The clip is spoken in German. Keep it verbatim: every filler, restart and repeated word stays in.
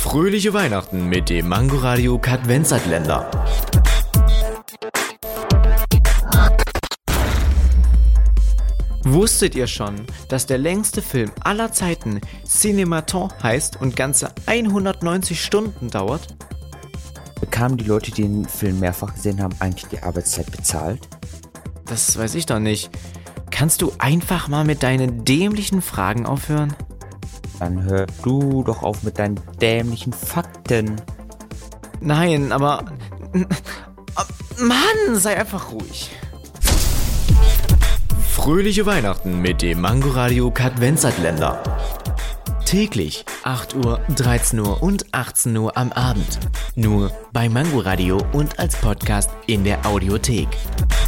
Fröhliche Weihnachten mit dem Mangoradio Kadventsatländer. Wusstet ihr schon, dass der längste Film aller Zeiten Cinematon heißt und ganze hundertneunzig Stunden dauert? Bekamen die Leute, die den Film mehrfach gesehen haben, eigentlich die Arbeitszeit bezahlt? Das weiß ich doch nicht. Kannst du einfach mal mit deinen dämlichen Fragen aufhören? Dann hör du doch auf mit deinen dämlichen Fakten. Nein, aber... Mann, sei einfach ruhig. Fröhliche Weihnachten mit dem Mangoradio Kadventsatländer. Täglich acht Uhr, dreizehn Uhr und achtzehn Uhr am Abend. Nur bei Mangoradio und als Podcast in der Audiothek.